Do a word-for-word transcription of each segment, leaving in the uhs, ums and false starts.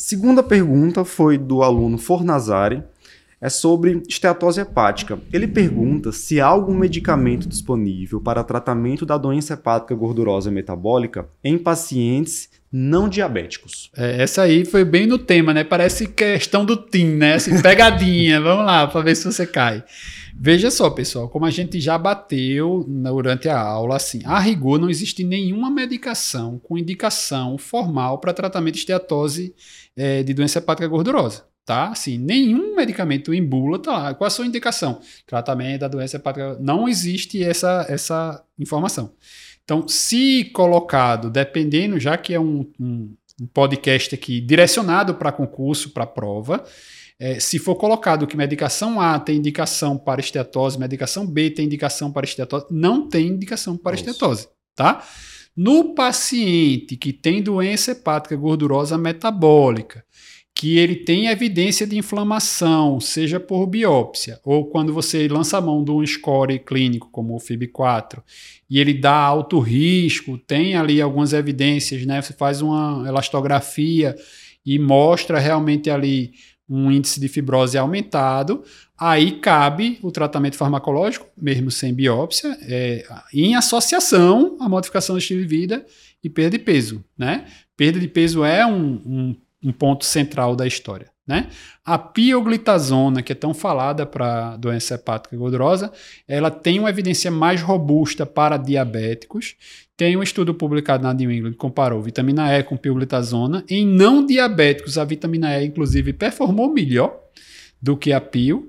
Segunda pergunta foi do aluno Fornazari, é sobre esteatose hepática. Ele pergunta se há algum medicamento disponível para tratamento da doença hepática gordurosa metabólica em pacientes não diabéticos. É, essa aí foi bem no tema, né? Parece questão do T I M, né? Assim, pegadinha, vamos lá, para ver se você cai. Veja só, pessoal, como a gente já bateu durante a aula, assim, a rigor não existe nenhuma medicação com indicação formal para tratamento de esteatose é, de doença hepática gordurosa. Tá? Assim, nenhum medicamento em bula tá lá. Qual a sua indicação? Tratamento da doença hepática. Não existe essa, essa informação. Então, se colocado, dependendo, já que é um, um, um podcast aqui direcionado para concurso, para prova, é, se for colocado que medicação A tem indicação para esteatose, medicação B tem indicação para esteatose, não tem indicação para Isso. esteatose, tá? No paciente que tem doença hepática gordurosa metabólica, que ele tem evidência de inflamação, seja por biópsia, ou quando você lança a mão de um score clínico, como o F I B quatro, e ele dá alto risco, tem ali algumas evidências, né? Você faz uma elastografia e mostra realmente ali um índice de fibrose aumentado, aí cabe o tratamento farmacológico, mesmo sem biópsia, é, em associação à modificação do estilo de vida e perda de peso, né? Perda de peso é um, um um ponto central da história, né? A pioglitazona, que é tão falada para doença hepática gordurosa, ela tem uma evidência mais robusta para diabéticos. Tem um estudo publicado na New England que comparou vitamina E com pioglitazona. Em não diabéticos, a vitamina E, inclusive, performou melhor do que a pio,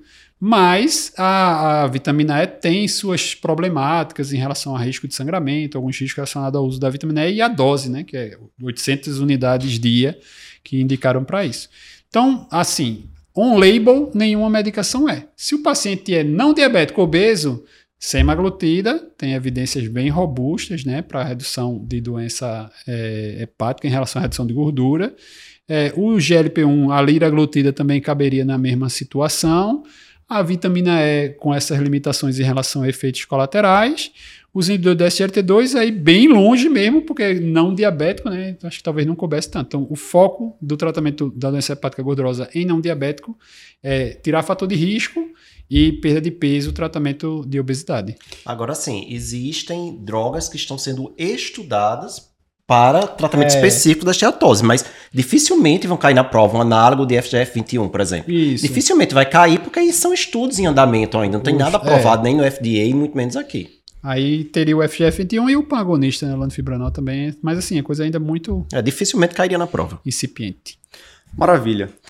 mas a, a vitamina E tem suas problemáticas em relação a risco de sangramento, alguns riscos relacionados ao uso da vitamina E e a dose, né, que é oitocentas unidades dia, que indicaram para isso. Então, assim, on-label, nenhuma medicação é. Se o paciente é não diabético obeso, semaglutida, tem evidências bem robustas, né, para redução de doença é, hepática em relação à redução de gordura. É, o G L P um, a liraglutida, também caberia na mesma situação. A vitamina E com essas limitações em relação a efeitos colaterais. Os inibidores do S G L T dois aí bem longe mesmo, porque não diabético, né? Então, acho que talvez não coubesse tanto. Então, o foco do tratamento da doença hepática gordurosa em não diabético é tirar fator de risco e perda de peso, tratamento de obesidade. Agora sim, existem drogas que estão sendo estudadas para tratamento é. específico da esteatose, mas dificilmente vão cair na prova um análogo de F G F vinte e um, por exemplo. Isso. Dificilmente vai cair, porque aí são estudos em andamento ainda, não tem Uf, nada aprovado é. nem no F D A, muito menos aqui. Aí teria o F G F vinte e um e o pangonista, né, lanifibranor também, mas assim, a coisa ainda muito... É, dificilmente cairia na prova. Incipiente. Maravilha.